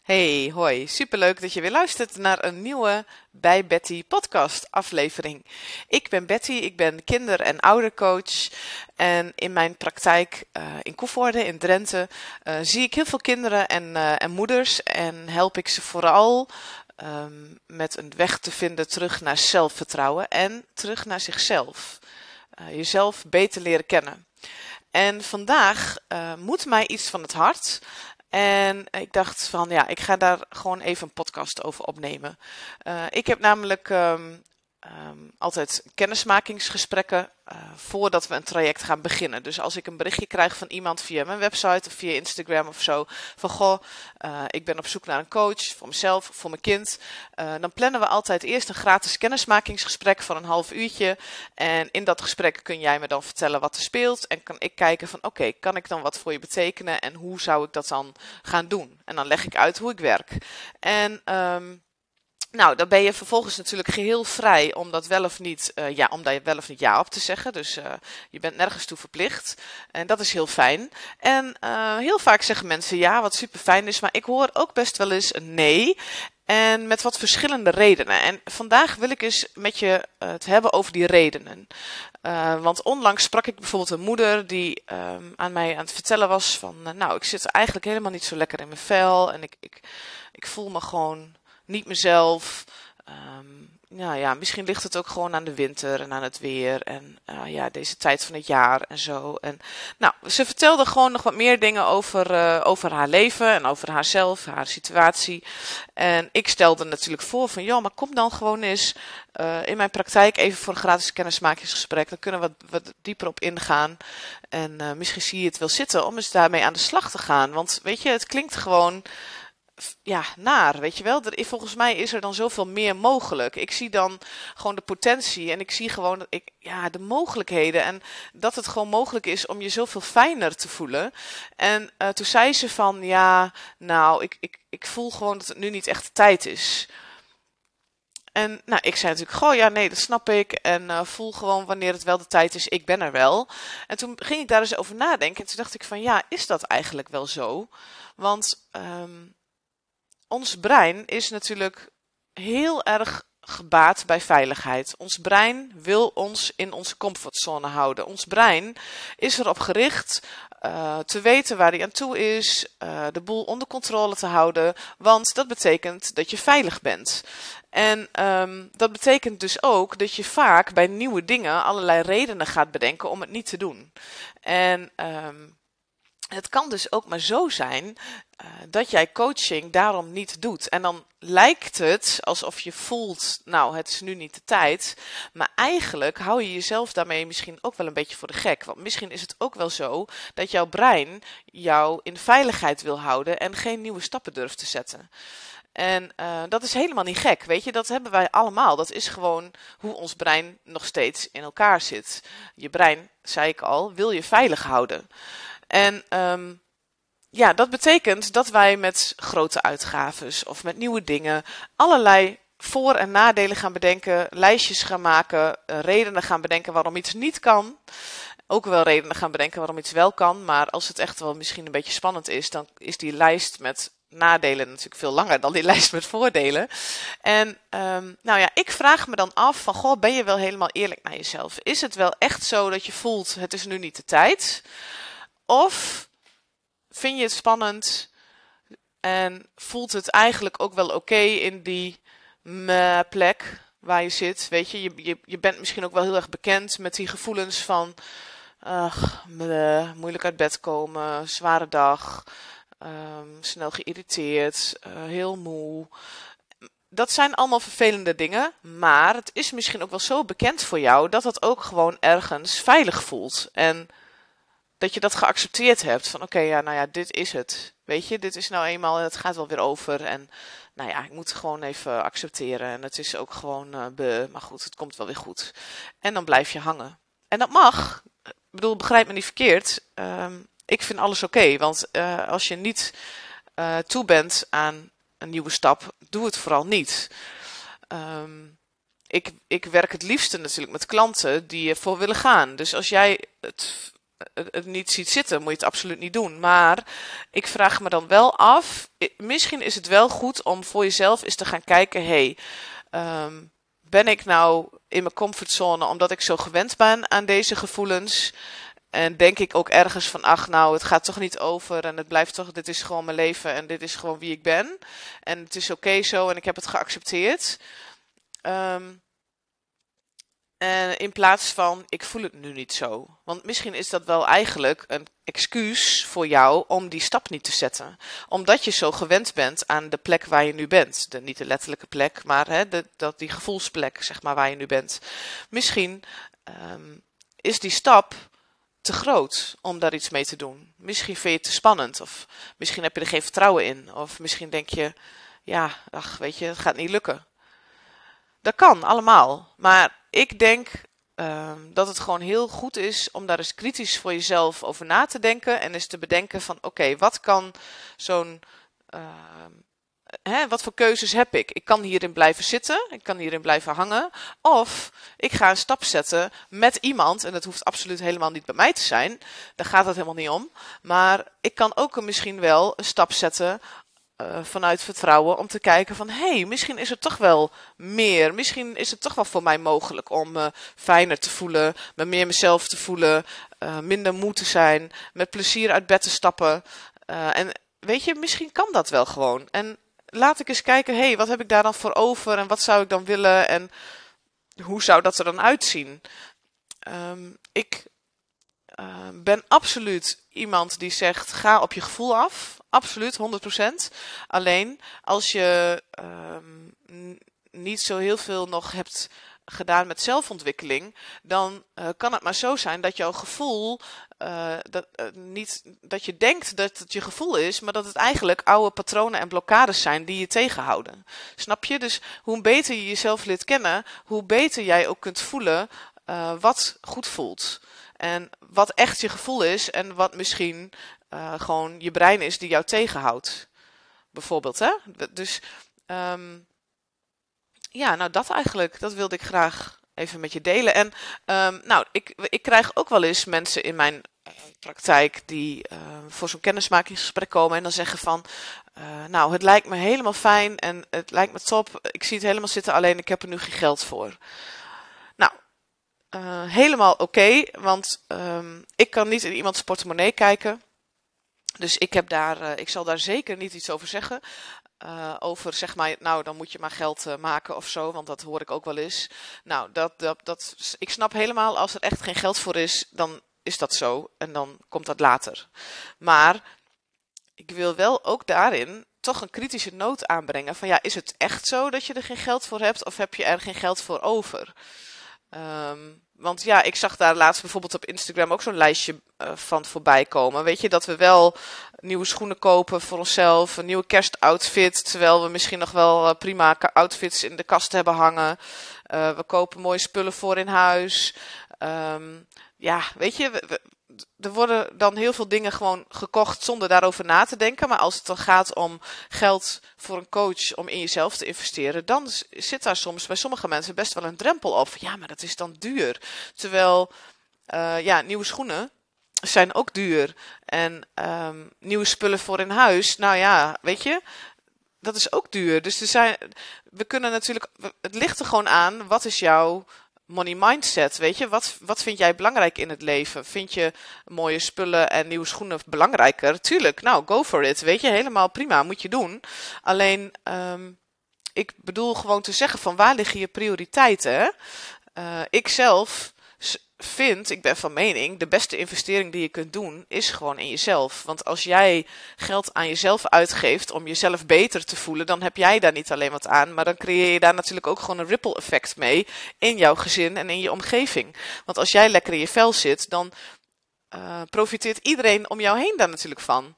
Hey, hoi. Superleuk dat je weer luistert naar een nieuwe Bij Betty podcast aflevering. Ik ben Betty, ik ben kinder- en oudercoach. En in mijn praktijk in Koevoorde in Drenthe zie ik heel veel kinderen en moeders. En help ik ze vooral met een weg te vinden terug naar zelfvertrouwen en terug naar zichzelf. Jezelf beter leren kennen. En vandaag moet mij iets van het hart. En ik dacht van ja, ik ga daar gewoon even een podcast over opnemen. Ik heb namelijk altijd kennismakingsgesprekken voordat we een traject gaan beginnen. Dus als ik een berichtje krijg van iemand via mijn website of via Instagram of zo, van goh, ik ben op zoek naar een coach voor mezelf of voor mijn kind. Dan plannen we altijd eerst een gratis kennismakingsgesprek van een half uurtje. En in dat gesprek kun jij me dan vertellen wat er speelt. En kan ik kijken van oké, kan ik dan wat voor je betekenen en hoe zou ik dat dan gaan doen? En dan leg ik uit hoe ik werk. En nou, dan ben je vervolgens natuurlijk geheel vrij om dat wel of niet, om daar wel of niet ja op te zeggen. Dus je bent nergens toe verplicht. En dat is heel fijn. En heel vaak zeggen mensen ja, wat super fijn is. Maar ik hoor ook best wel eens een nee. En met wat verschillende redenen. En vandaag wil ik eens met je het hebben over die redenen. Want onlangs sprak ik bijvoorbeeld een moeder die aan mij aan het vertellen was van... nou, ik zit eigenlijk helemaal niet zo lekker in mijn vel. En ik voel me gewoon niet mezelf. Nou ja, misschien ligt het ook gewoon aan de winter en aan het weer. En ja, deze tijd van het jaar en zo. En nou, ze vertelde gewoon nog wat meer dingen over haar leven en over haarzelf, haar situatie. En ik stelde natuurlijk voor van, joh, maar kom dan gewoon eens in mijn praktijk even voor een gratis kennismakingsgesprek. Dan kunnen we wat dieper op ingaan. En misschien zie je het wel zitten om eens daarmee aan de slag te gaan. Want weet je, het klinkt gewoon ja, naar, weet je wel. Volgens mij is er dan zoveel meer mogelijk. Ik zie dan gewoon de potentie en ik zie gewoon de mogelijkheden en dat het gewoon mogelijk is om je zoveel fijner te voelen. En toen zei ze van, ja, nou, ik voel gewoon dat het nu niet echt de tijd is. En nou, ik zei natuurlijk, goh, ja, nee, dat snap ik. En voel gewoon wanneer het wel de tijd is, ik ben er wel. En toen ging ik daar eens over nadenken. En toen dacht ik van, ja, is dat eigenlijk wel zo? Want ons brein is natuurlijk heel erg gebaat bij veiligheid. Ons brein wil ons in onze comfortzone houden. Ons brein is erop gericht te weten waar hij aan toe is, de boel onder controle te houden, want dat betekent dat je veilig bent. En dat betekent dus ook dat je vaak bij nieuwe dingen allerlei redenen gaat bedenken om het niet te doen. En het kan dus ook maar zo zijn dat jij coaching daarom niet doet. En dan lijkt het alsof je voelt, nou, het is nu niet de tijd. Maar eigenlijk hou je jezelf daarmee misschien ook wel een beetje voor de gek. Want misschien is het ook wel zo dat jouw brein jou in veiligheid wil houden en geen nieuwe stappen durft te zetten. En dat is helemaal niet gek, weet je, dat hebben wij allemaal. Dat is gewoon hoe ons brein nog steeds in elkaar zit. Je brein, zei ik al, wil je veilig houden. En ja, dat betekent dat wij met grote uitgaves of met nieuwe dingen allerlei voor- en nadelen gaan bedenken, lijstjes gaan maken, redenen gaan bedenken waarom iets niet kan. Ook wel redenen gaan bedenken waarom iets wel kan, maar als het echt wel misschien een beetje spannend is, dan is die lijst met nadelen natuurlijk veel langer dan die lijst met voordelen. En nou ja, ik vraag me dan af van, goh, ben je wel helemaal eerlijk naar jezelf? Is het wel echt zo dat je voelt, het is nu niet de tijd? Of vind je het spannend en voelt het eigenlijk ook wel oké in die plek waar je zit? Weet je bent misschien ook wel heel erg bekend met die gevoelens van ach, moeilijk uit bed komen, zware dag, snel geïrriteerd, heel moe. Dat zijn allemaal vervelende dingen, maar het is misschien ook wel zo bekend voor jou dat het ook gewoon ergens veilig voelt. En dat je dat geaccepteerd hebt. Van oké, ja, nou ja, dit is het. Weet je, dit is nou eenmaal, het gaat wel weer over. En nou ja, ik moet het gewoon even accepteren. En het is ook gewoon, maar goed, het komt wel weer goed. En dan blijf je hangen. En dat mag. Ik bedoel, begrijp me niet verkeerd. Ik vind alles oké. Want als je niet toe bent aan een nieuwe stap, doe het vooral niet. Ik werk het liefste natuurlijk met klanten die ervoor willen gaan. Dus als jij het het niet ziet zitten, moet je het absoluut niet doen. Maar ik vraag me dan wel af, misschien is het wel goed om voor jezelf eens te gaan kijken, ben ik nou in mijn comfortzone omdat ik zo gewend ben aan deze gevoelens? En denk ik ook ergens van, ach nou, het gaat toch niet over en het blijft toch, dit is gewoon mijn leven en dit is gewoon wie ik ben. En het is oké zo en ik heb het geaccepteerd. En in plaats van, ik voel het nu niet zo. Want misschien is dat wel eigenlijk een excuus voor jou om die stap niet te zetten. Omdat je zo gewend bent aan de plek waar je nu bent. Niet de letterlijke plek, maar die gevoelsplek, zeg maar, waar je nu bent. Misschien is die stap te groot om daar iets mee te doen. Misschien vind je het te spannend. Of misschien heb je er geen vertrouwen in. Of misschien denk je, ja, ach, weet je, het gaat niet lukken. Dat kan, allemaal. Maar ik denk dat het gewoon heel goed is om daar eens kritisch voor jezelf over na te denken. En eens te bedenken van, oké, wat kan zo'n... wat voor keuzes heb ik? Ik kan hierin blijven zitten, ik kan hierin blijven hangen. Of ik ga een stap zetten met iemand, en dat hoeft absoluut helemaal niet bij mij te zijn. Daar gaat het helemaal niet om. Maar ik kan ook misschien wel een stap zetten vanuit vertrouwen om te kijken van, misschien is er toch wel meer. Misschien is het toch wel voor mij mogelijk om me fijner te voelen, me meer mezelf te voelen, minder moe te zijn, met plezier uit bed te stappen. En weet je, misschien kan dat wel gewoon. En laat ik eens kijken, wat heb ik daar dan voor over en wat zou ik dan willen en hoe zou dat er dan uitzien? Ik ben absoluut iemand die zegt, ga op je gevoel af. Absoluut, 100%. Alleen, als je niet zo heel veel nog hebt gedaan met zelfontwikkeling, dan kan het maar zo zijn dat jouw gevoel, niet dat je denkt dat het je gevoel is, maar dat het eigenlijk oude patronen en blokkades zijn die je tegenhouden. Snap je? Dus hoe beter je jezelf leert kennen, hoe beter jij ook kunt voelen wat goed voelt. En wat echt je gevoel is en wat misschien gewoon je brein is die jou tegenhoudt. Bijvoorbeeld, hè? Dus ja, nou dat eigenlijk, dat wilde ik graag even met je delen. En nou, ik krijg ook wel eens mensen in mijn praktijk die voor zo'n kennismakingsgesprek komen en dan zeggen van, nou, het lijkt me helemaal fijn en het lijkt me top. Ik zie het helemaal zitten, alleen ik heb er nu geen geld voor. Nou, helemaal oké, want ik kan niet in iemands portemonnee kijken. Dus ik zal daar zeker niet iets over zeggen. Over zeg maar, nou dan moet je maar geld maken of zo, want dat hoor ik ook wel eens. Nou, ik snap helemaal, als er echt geen geld voor is, dan is dat zo en dan komt dat later. Maar ik wil wel ook daarin toch een kritische noot aanbrengen van, ja, is het echt zo dat je er geen geld voor hebt of heb je er geen geld voor over? Want ja, ik zag daar laatst bijvoorbeeld op Instagram ook zo'n lijstje van voorbij komen. Weet je, dat we wel nieuwe schoenen kopen voor onszelf, een nieuwe kerstoutfit, terwijl we misschien nog wel prima outfits in de kast hebben hangen. We kopen mooie spullen voor in huis. Ja, weet je, er worden dan heel veel dingen gewoon gekocht zonder daarover na te denken. Maar als het dan gaat om geld voor een coach om in jezelf te investeren, dan zit daar soms bij sommige mensen best wel een drempel op. Ja, maar dat is dan duur. Terwijl, ja, nieuwe schoenen zijn ook duur. En nieuwe spullen voor in huis, nou ja, weet je, dat is ook duur. Dus we kunnen natuurlijk, het ligt er gewoon aan, wat is jouw money mindset, weet je? Wat vind jij belangrijk in het leven? Vind je mooie spullen en nieuwe schoenen belangrijker? Tuurlijk, nou, go for it, weet je? Helemaal prima, moet je doen. Alleen, ik bedoel gewoon te zeggen van, waar liggen je prioriteiten? Ik zelf ik ben van mening, de beste investering die je kunt doen, is gewoon in jezelf. Want als jij geld aan jezelf uitgeeft om jezelf beter te voelen, dan heb jij daar niet alleen wat aan, maar dan creëer je daar natuurlijk ook gewoon een ripple effect mee in jouw gezin en in je omgeving. Want als jij lekker in je vel zit, dan profiteert iedereen om jou heen daar natuurlijk van.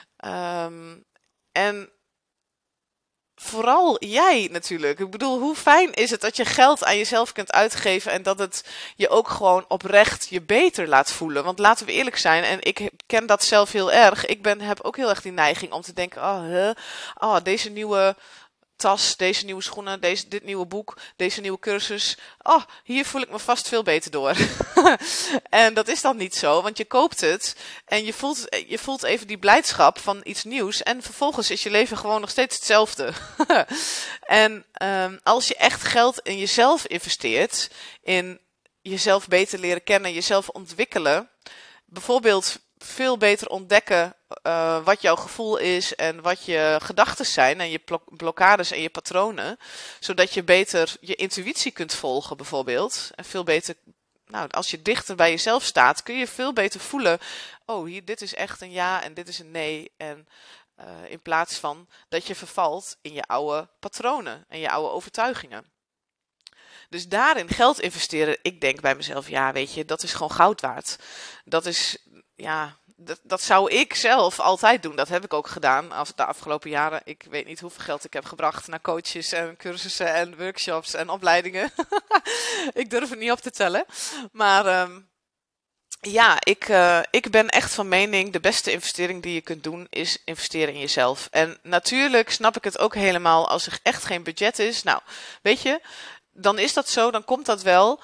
En vooral jij natuurlijk. Ik bedoel, hoe fijn is het dat je geld aan jezelf kunt uitgeven en dat het je ook gewoon oprecht je beter laat voelen. Want laten we eerlijk zijn, en ik ken dat zelf heel erg. Ik heb ook heel erg die neiging om te denken, deze nieuwe tas, deze nieuwe schoenen, dit nieuwe boek, deze nieuwe cursus. Oh, hier voel ik me vast veel beter door. En dat is dan niet zo, want je koopt het en je voelt even die blijdschap van iets nieuws. En vervolgens is je leven gewoon nog steeds hetzelfde. En als je echt geld in jezelf investeert, in jezelf beter leren kennen, jezelf ontwikkelen, bijvoorbeeld veel beter ontdekken wat jouw gevoel is en wat je gedachten zijn en je blokkades en je patronen, zodat je beter je intuïtie kunt volgen bijvoorbeeld. En veel beter, nou, als je dichter bij jezelf staat, kun je veel beter voelen, oh, dit is echt een ja en dit is een nee. En in plaats van dat je vervalt in je oude patronen en je oude overtuigingen. Dus daarin geld investeren, ik denk bij mezelf, ja, weet je, dat is gewoon goud waard. Dat is, ja, dat zou ik zelf altijd doen. Dat heb ik ook gedaan de afgelopen jaren. Ik weet niet hoeveel geld ik heb gebracht naar coaches en cursussen en workshops en opleidingen. Ik durf het niet op te tellen. Maar ja, ik ben echt van mening, de beste investering die je kunt doen is investeren in jezelf. En natuurlijk snap ik het ook helemaal als er echt geen budget is. Nou, weet je, dan is dat zo, dan komt dat wel.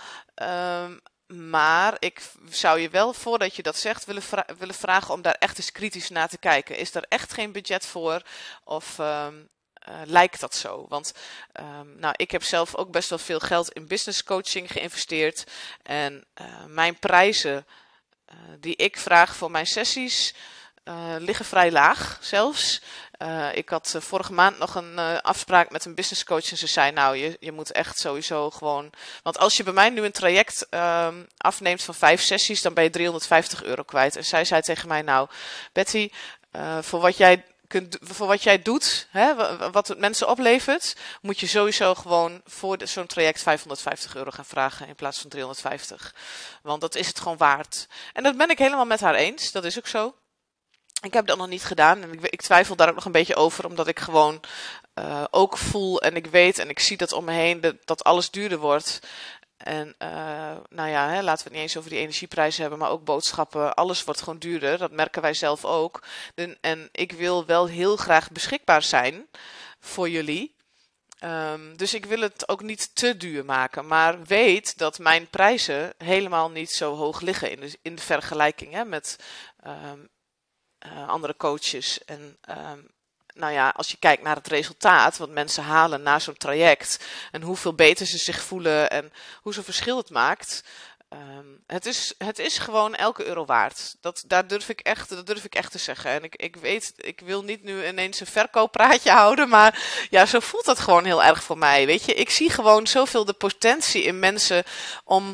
Maar ik zou je wel, voordat je dat zegt, willen vragen om daar echt eens kritisch naar te kijken. Is er echt geen budget voor? Of lijkt dat zo? Want nou, ik heb zelf ook best wel veel geld in business coaching geïnvesteerd. En mijn prijzen die ik vraag voor mijn sessies liggen vrij laag zelfs. Ik had vorige maand nog een afspraak met een business coach en ze zei, nou, je moet echt sowieso gewoon, want als je bij mij nu een traject afneemt van 5 sessies, dan ben je €350 kwijt. En zij zei tegen mij, nou, Betty, voor wat jij doet, hè, wat het mensen oplevert, moet je sowieso gewoon voor zo'n traject €550 gaan vragen in plaats van 350. Want dat is het gewoon waard. En dat ben ik helemaal met haar eens, dat is ook zo. Ik heb dat nog niet gedaan en ik twijfel daar ook nog een beetje over, omdat ik gewoon ook voel en ik weet en ik zie dat om me heen dat alles duurder wordt. En nou ja, laten we het niet eens over die energieprijzen hebben, maar ook boodschappen. Alles wordt gewoon duurder, dat merken wij zelf ook. En ik wil wel heel graag beschikbaar zijn voor jullie. Dus ik wil het ook niet te duur maken, maar weet dat mijn prijzen helemaal niet zo hoog liggen in de vergelijking met andere coaches. En nou ja, als je kijkt naar het resultaat wat mensen halen na zo'n traject en hoeveel beter ze zich voelen en hoeveel verschil het maakt. Het is gewoon elke euro waard. Dat durf ik echt te zeggen. En ik weet, ik wil niet nu ineens een verkooppraatje houden, maar ja, zo voelt dat gewoon heel erg voor mij. Weet je, ik zie gewoon zoveel de potentie in mensen om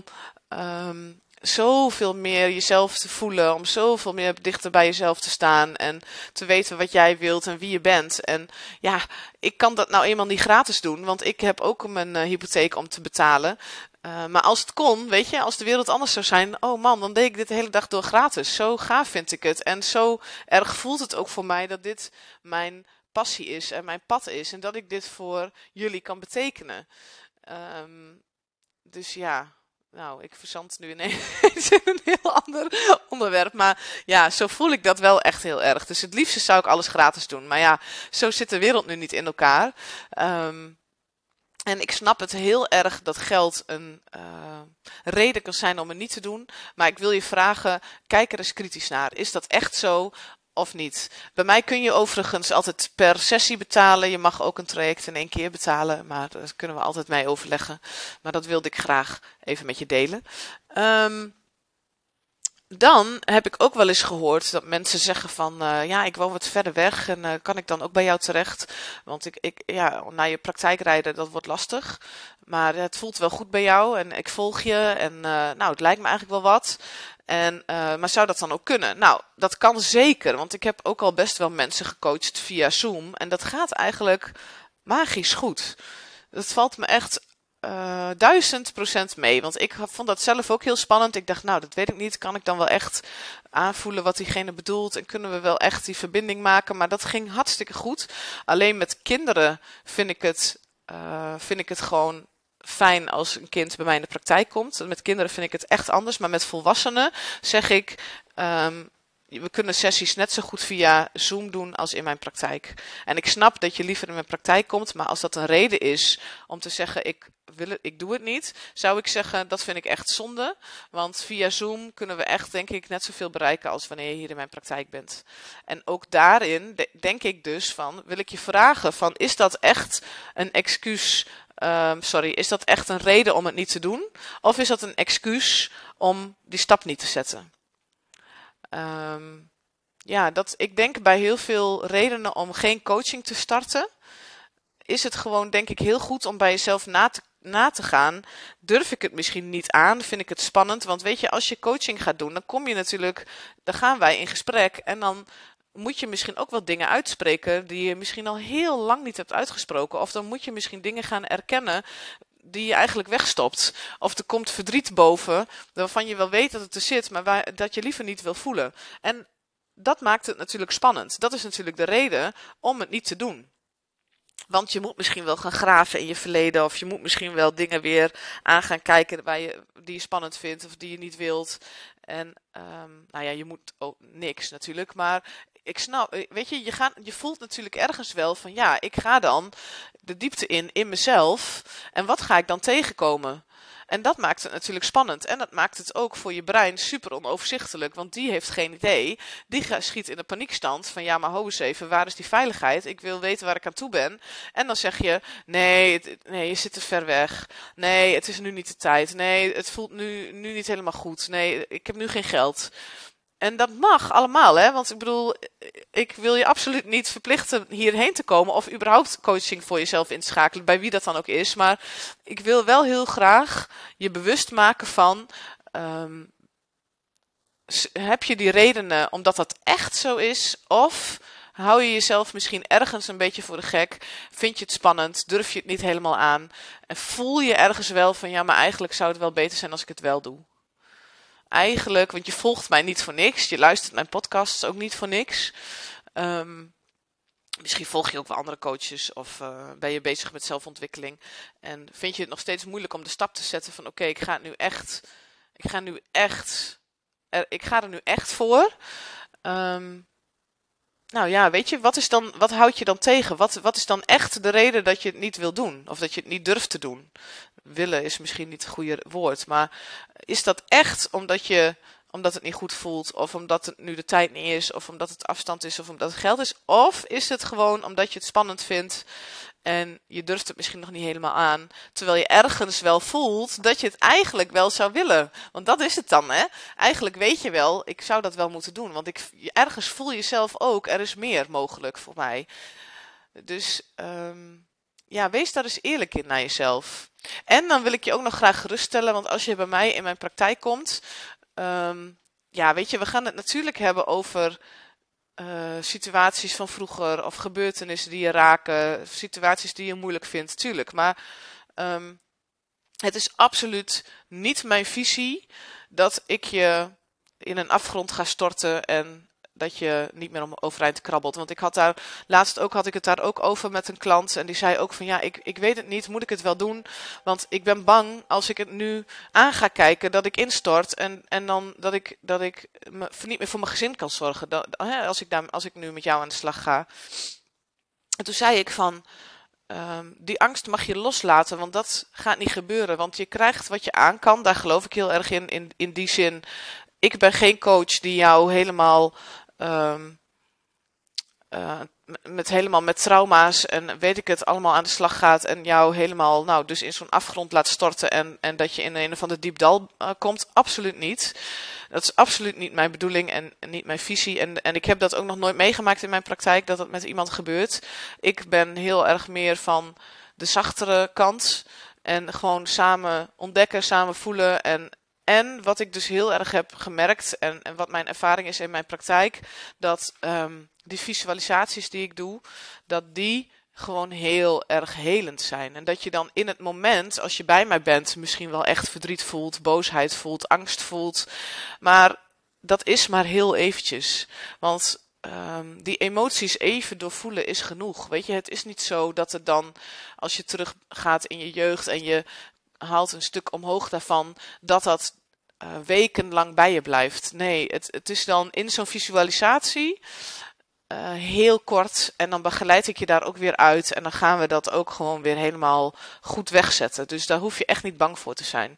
zoveel meer jezelf te voelen, om zoveel meer dichter bij jezelf te staan en te weten wat jij wilt en wie je bent. En ja, ik kan dat nou eenmaal niet gratis doen, want ik heb ook mijn hypotheek om te betalen. Maar als het kon, weet je, als de wereld anders zou zijn, oh man, dan deed ik dit de hele dag door gratis. Zo gaaf vind ik het. En zo erg voelt het ook voor mij dat dit mijn passie is en mijn pad is. En dat ik dit voor jullie kan betekenen. Dus ja, nou, ik verzand nu ineens in een heel ander onderwerp. Maar ja, zo voel ik dat wel echt heel erg. Dus het liefste zou ik alles gratis doen. Maar ja, zo zit de wereld nu niet in elkaar. En ik snap het heel erg dat geld een reden kan zijn om het niet te doen. Maar ik wil je vragen, kijk er eens kritisch naar. Is dat echt zo of niet? Bij mij kun je overigens altijd per sessie betalen. Je mag ook een traject in 1 keer betalen. Maar daar kunnen we altijd mee overleggen. Maar dat wilde ik graag even met je delen. Dan heb ik ook wel eens gehoord dat mensen zeggen van, ja, ik woon wat verder weg en kan ik dan ook bij jou terecht? Want ja, naar je praktijk rijden, dat wordt lastig. Maar het voelt wel goed bij jou en ik volg je en nou, het lijkt me eigenlijk wel wat. Maar zou dat dan ook kunnen? Nou, dat kan zeker, want ik heb ook al best wel mensen gecoacht via Zoom en dat gaat eigenlijk magisch goed. Dat valt me echt 1000% mee. Want ik vond dat zelf ook heel spannend. Ik dacht, nou, dat weet ik niet. Kan ik dan wel echt aanvoelen wat diegene bedoelt? En kunnen we wel echt die verbinding maken? Maar dat ging hartstikke goed. Alleen met kinderen vind ik het gewoon fijn als een kind bij mij in de praktijk komt. Met kinderen vind ik het echt anders. Maar met volwassenen zeg ik, we kunnen sessies net zo goed via Zoom doen als in mijn praktijk. En ik snap dat je liever in mijn praktijk komt, maar als dat een reden is om te zeggen ik doe het niet, zou ik zeggen dat vind ik echt zonde. Want via Zoom kunnen we echt denk ik net zoveel bereiken als wanneer je hier in mijn praktijk bent. En ook daarin denk ik dus wil ik je vragen is dat echt een excuus? Is dat echt een reden om het niet te doen? Of is dat een excuus om die stap niet te zetten? Ik denk bij heel veel redenen om geen coaching te starten, is het gewoon denk ik heel goed om bij jezelf na te gaan. Durf ik het misschien niet aan? Vind ik het spannend? Want weet je, als je coaching gaat doen, dan gaan wij in gesprek en dan moet je misschien ook wel dingen uitspreken die je misschien al heel lang niet hebt uitgesproken. Of dan moet je misschien dingen gaan erkennen die je eigenlijk wegstopt. Of er komt verdriet boven, waarvan je wel weet dat het er zit, maar dat je liever niet wil voelen. En dat maakt het natuurlijk spannend. Dat is natuurlijk de reden om het niet te doen. Want je moet misschien wel gaan graven in je verleden, of je moet misschien wel dingen weer aan gaan kijken die je spannend vindt of die je niet wilt. En je moet ook niks natuurlijk, maar ik snap, weet je, je voelt natuurlijk ergens wel van ja, ik ga dan de diepte in mezelf en wat ga ik dan tegenkomen? En dat maakt het natuurlijk spannend. En dat maakt het ook voor je brein super onoverzichtelijk. Want die heeft geen idee. Die schiet in de paniekstand van ja, maar ho eens even, waar is die veiligheid? Ik wil weten waar ik aan toe ben. En dan zeg je, nee, je zit te ver weg. Nee, het is nu niet de tijd. Nee, het voelt nu niet helemaal goed. Nee, ik heb nu geen geld. En dat mag allemaal, hè? Want ik bedoel, ik wil je absoluut niet verplichten hierheen te komen of überhaupt coaching voor jezelf in te schakelen, bij wie dat dan ook is. Maar ik wil wel heel graag je bewust maken van, heb je die redenen omdat dat echt zo is? Of hou je jezelf misschien ergens een beetje voor de gek? Vind je het spannend? Durf je het niet helemaal aan? En voel je ergens wel van, ja, maar eigenlijk zou het wel beter zijn als ik het wel doe? Eigenlijk, want je volgt mij niet voor niks. Je luistert mijn podcasts ook niet voor niks. Misschien volg je ook wel andere coaches of ben je bezig met zelfontwikkeling. En vind je het nog steeds moeilijk om de stap te zetten van oké, ik ga er nu echt voor. Weet je, wat houdt je dan tegen? Wat is dan echt de reden dat je het niet wil doen? Of dat je het niet durft te doen? Willen is misschien niet het goede woord, maar is dat echt omdat het niet goed voelt, of omdat het nu de tijd niet is, of omdat het afstand is, of omdat het geld is? Of is het gewoon omdat je het spannend vindt en je durft het misschien nog niet helemaal aan, terwijl je ergens wel voelt dat je het eigenlijk wel zou willen? Want dat is het dan, hè? Eigenlijk weet je wel, ik zou dat wel moeten doen, want ergens voel je zelf ook, er is meer mogelijk voor mij. Dus wees daar eens eerlijk in naar jezelf. En dan wil ik je ook nog graag geruststellen, want als je bij mij in mijn praktijk komt, weet je, we gaan het natuurlijk hebben over situaties van vroeger of gebeurtenissen die je raken, situaties die je moeilijk vindt, tuurlijk. Maar het is absoluut niet mijn visie dat ik je in een afgrond ga storten en dat je niet meer overeind krabbelt. Want laatst had ik het daar ook over met een klant. En die zei ook van ja, ik weet het niet, moet ik het wel doen? Want ik ben bang als ik het nu aan ga kijken dat ik instort. En dan dat ik niet meer voor mijn gezin kan zorgen. Als ik nu met jou aan de slag ga. En toen zei ik van, die angst mag je loslaten, want dat gaat niet gebeuren. Want je krijgt wat je aan kan, daar geloof ik heel erg in die zin. Ik ben geen coach die jou helemaal met trauma's en weet ik het allemaal aan de slag gaat en jou helemaal dus in zo'n afgrond laat storten en dat je in een of ander diep dal komt. Absoluut niet. Dat is absoluut niet mijn bedoeling en niet mijn visie. En ik heb dat ook nog nooit meegemaakt in mijn praktijk, dat het met iemand gebeurt. Ik ben heel erg meer van de zachtere kant en gewoon samen ontdekken, samen voelen. En wat ik dus heel erg heb gemerkt en wat mijn ervaring is in mijn praktijk, dat die visualisaties die ik doe, dat die gewoon heel erg helend zijn. En dat je dan in het moment, als je bij mij bent, misschien wel echt verdriet voelt, boosheid voelt, angst voelt. Maar dat is maar heel eventjes. Want die emoties even doorvoelen is genoeg. Weet je, het is niet zo dat er dan, als je teruggaat in je jeugd en je haalt een stuk omhoog daarvan, dat wekenlang bij je blijft. Nee, het is dan in zo'n visualisatie heel kort en dan begeleid ik je daar ook weer uit en dan gaan we dat ook gewoon weer helemaal goed wegzetten. Dus daar hoef je echt niet bang voor te zijn.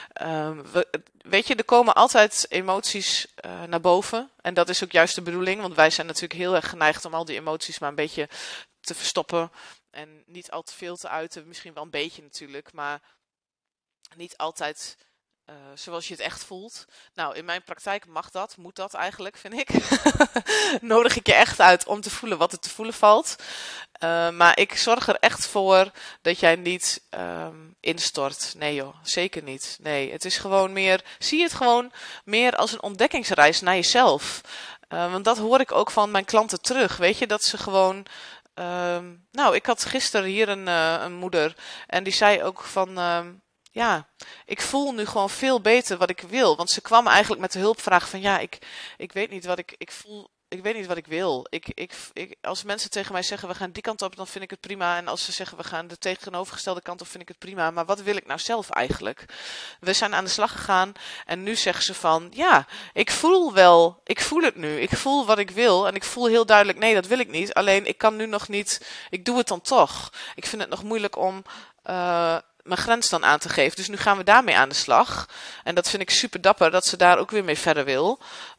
Weet je, er komen altijd emoties naar boven en dat is ook juist de bedoeling, want wij zijn natuurlijk heel erg geneigd om al die emoties maar een beetje te verstoppen en niet al te veel te uiten. Misschien wel een beetje natuurlijk, maar niet altijd zoals je het echt voelt. Nou, in mijn praktijk mag dat, moet dat eigenlijk, vind ik. Nodig ik je echt uit om te voelen wat er te voelen valt. Maar ik zorg er echt voor dat jij niet instort. Nee joh, zeker niet. Nee, het is gewoon meer, zie het gewoon meer als een ontdekkingsreis naar jezelf. Want dat hoor ik ook van mijn klanten terug. Weet je, dat ze gewoon... nou, ik had gisteren hier een moeder en die zei ook van... ja, ik voel nu gewoon veel beter wat ik wil. Want ze kwam eigenlijk met de hulpvraag van ja, ik weet niet wat ik voel. Ik weet niet wat ik wil. Als mensen tegen mij zeggen we gaan die kant op, dan vind ik het prima. En als ze zeggen we gaan de tegenovergestelde kant op, vind ik het prima. Maar wat wil ik nou zelf eigenlijk? We zijn aan de slag gegaan en nu zeggen ze van ja, ik voel het nu. Ik voel wat ik wil en ik voel heel duidelijk nee, dat wil ik niet. Alleen ik kan nu nog niet, ik doe het dan toch. Ik vind het nog moeilijk om... mijn grens dan aan te geven. Dus nu gaan we daarmee aan de slag. En dat vind ik super dapper, dat ze daar ook weer mee verder wil.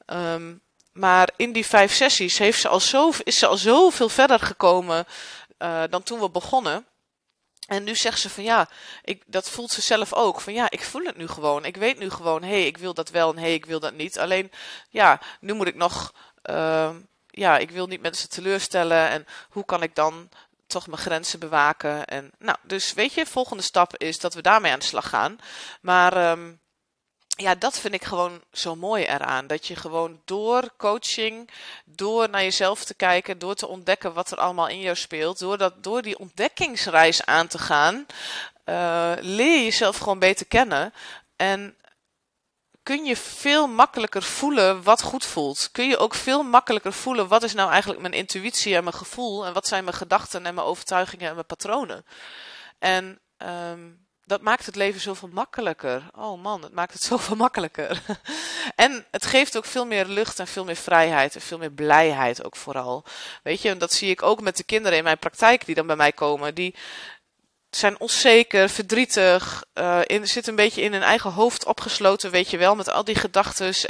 Maar in die 5 sessies is ze al zoveel verder gekomen dan toen we begonnen. En nu zegt ze van ja, dat voelt ze zelf ook. Van ja, ik voel het nu gewoon. Ik weet nu gewoon, hé, ik wil dat wel en hé, ik wil dat niet. Alleen, ja, nu moet ik nog... ja, ik wil niet mensen teleurstellen. En hoe kan ik dan... toch mijn grenzen bewaken. En, nou, dus weet je, volgende stap is dat we daarmee aan de slag gaan. Maar ja, dat vind ik gewoon zo mooi eraan. Dat je gewoon door coaching, door naar jezelf te kijken, door te ontdekken wat er allemaal in jou speelt, door die ontdekkingsreis aan te gaan, leer je jezelf gewoon beter kennen. En kun je veel makkelijker voelen wat goed voelt. Kun je ook veel makkelijker voelen wat is nou eigenlijk mijn intuïtie en mijn gevoel en wat zijn mijn gedachten en mijn overtuigingen en mijn patronen. En dat maakt het leven zoveel makkelijker. Oh man, het maakt het zoveel makkelijker. En het geeft ook veel meer lucht en veel meer vrijheid en veel meer blijheid ook vooral. Weet je, en dat zie ik ook met de kinderen in mijn praktijk die dan bij mij komen. Die zijn onzeker, verdrietig, zitten een beetje in hun eigen hoofd opgesloten, weet je wel, met al die gedachtes.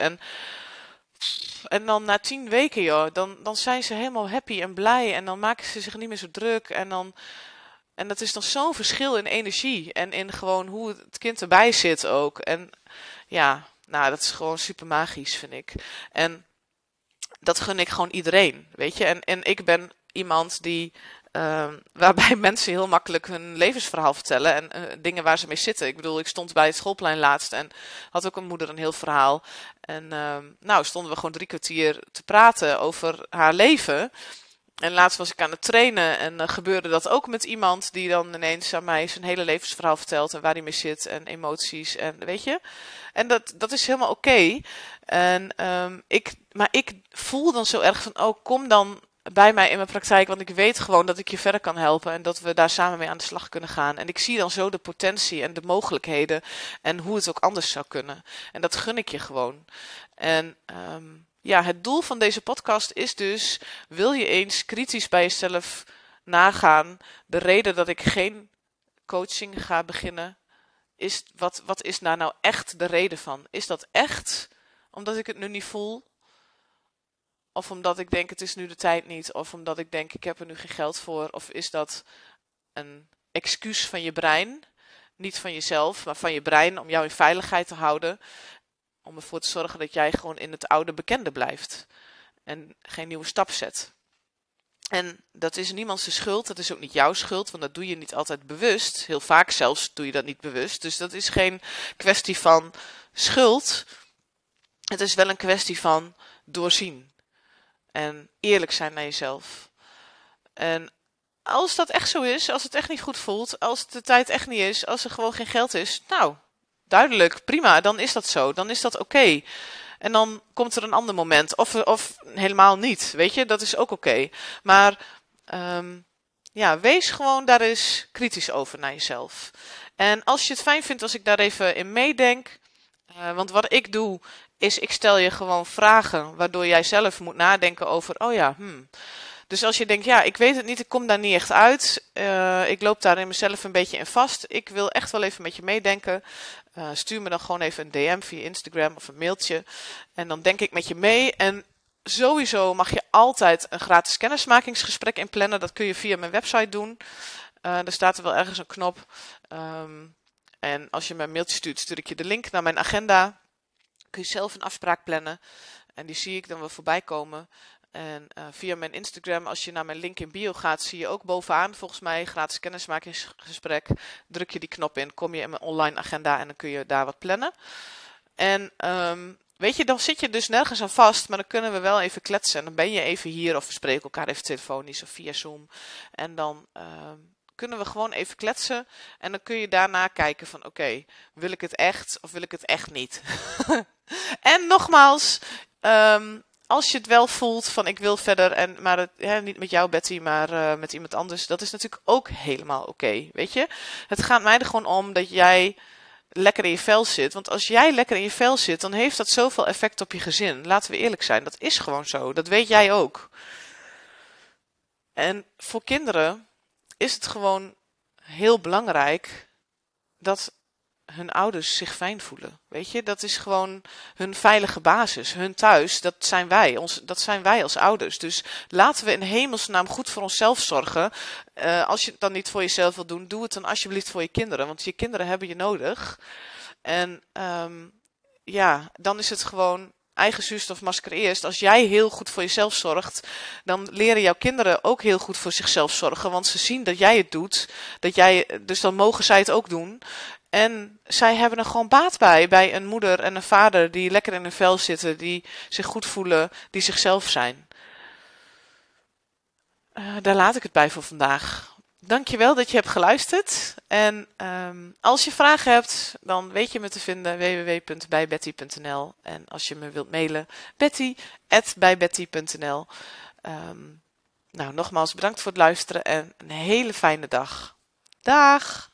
En dan na 10 weken, joh, dan zijn ze helemaal happy en blij en dan maken ze zich niet meer zo druk. En dat is dan zo'n verschil in energie en in gewoon hoe het kind erbij zit ook. En ja, nou, dat is gewoon super magisch, vind ik. En dat gun ik gewoon iedereen, weet je. En ik ben iemand die... waarbij mensen heel makkelijk hun levensverhaal vertellen en dingen waar ze mee zitten. Ik bedoel, ik stond bij het schoolplein laatst en had ook een moeder een heel verhaal. En nou stonden we gewoon 3 kwartier te praten over haar leven. En laatst was ik aan het trainen en gebeurde dat ook met iemand die dan ineens aan mij zijn hele levensverhaal vertelt en waar hij mee zit en emoties en weet je. En dat is helemaal oké. Maar ik voel dan zo erg van, oh, kom dan bij mij in mijn praktijk, want ik weet gewoon dat ik je verder kan helpen en dat we daar samen mee aan de slag kunnen gaan. En ik zie dan zo de potentie en de mogelijkheden en hoe het ook anders zou kunnen. En dat gun ik je gewoon. En ja, het doel van deze podcast is dus, wil je eens kritisch bij jezelf nagaan, de reden dat ik geen coaching ga beginnen, is wat is daar nou echt de reden van? Is dat echt omdat ik het nu niet voel? Of omdat ik denk het is nu de tijd niet? Of omdat ik denk ik heb er nu geen geld voor? Of is dat een excuus van je brein? Niet van jezelf, maar van je brein om jou in veiligheid te houden. Om ervoor te zorgen dat jij gewoon in het oude bekende blijft. En geen nieuwe stap zet. En dat is niemands schuld. Dat is ook niet jouw schuld. Want dat doe je niet altijd bewust. Heel vaak zelfs doe je dat niet bewust. Dus dat is geen kwestie van schuld. Het is wel een kwestie van doorzien. En eerlijk zijn naar jezelf. En als dat echt zo is, als het echt niet goed voelt, als de tijd echt niet is, als er gewoon geen geld is, nou, duidelijk, prima, dan is dat zo, dan is dat oké. En dan komt er een ander moment, of helemaal niet, weet je, dat is ook oké. Maar ja, wees gewoon daar eens kritisch over naar jezelf. En als je het fijn vindt als ik daar even in meedenk, Want wat ik doe, is ik stel je gewoon vragen, waardoor jij zelf moet nadenken over, oh ja, Dus als je denkt, ja, ik weet het niet, ik kom daar niet echt uit, ik loop daar in mezelf een beetje in vast, ik wil echt wel even met je meedenken, stuur me dan gewoon even een DM via Instagram of een mailtje en dan denk ik met je mee. En sowieso mag je altijd een gratis kennismakingsgesprek inplannen, dat kun je via mijn website doen. Er staat er wel ergens een knop. Ehm, en als je me een mailtje stuurt, stuur ik je de link naar mijn agenda. Kun je zelf een afspraak plannen. En die zie ik dan wel voorbij komen. En via mijn Instagram, als je naar mijn link in bio gaat, zie je ook bovenaan volgens mij gratis kennismakingsgesprek. Druk je die knop in, kom je in mijn online agenda en dan kun je daar wat plannen. En weet je, dan zit je dus nergens aan vast, maar dan kunnen we wel even kletsen. En dan ben je even hier of we spreken elkaar even telefonisch of via Zoom. En dan kunnen we gewoon even kletsen. En dan kun je daarna kijken van oké, wil ik het echt of wil ik het echt niet? En nogmaals, als je het wel voelt van ik wil verder, maar niet met jou Betty, maar met iemand anders, dat is natuurlijk ook helemaal oké, weet je. Het gaat mij er gewoon om dat jij lekker in je vel zit. Want als jij lekker in je vel zit, dan heeft dat zoveel effect op je gezin. Laten we eerlijk zijn, dat is gewoon zo. Dat weet jij ook. En voor kinderen is het gewoon heel belangrijk dat hun ouders zich fijn voelen. Weet je, dat is gewoon hun veilige basis. Hun thuis, dat zijn wij. Dat zijn wij als ouders. Dus laten we in hemelsnaam goed voor onszelf zorgen. Als je het dan niet voor jezelf wil doen, doe het dan alsjeblieft voor je kinderen. Want je kinderen hebben je nodig. En ja, dan is het gewoon eigen zuurstofmasker eerst. Als jij heel goed voor jezelf zorgt, dan leren jouw kinderen ook heel goed voor zichzelf zorgen. Want ze zien dat jij het doet. Dus dan mogen zij het ook doen. En zij hebben er gewoon baat bij een moeder en een vader die lekker in hun vel zitten, die zich goed voelen, die zichzelf zijn. Daar laat ik het bij voor vandaag. Dankjewel dat je hebt geluisterd. En als je vragen hebt, dan weet je me te vinden www.bijbetty.nl. En als je me wilt mailen, betty@bijbetty.nl. Nou, nogmaals bedankt voor het luisteren en een hele fijne dag. Dag!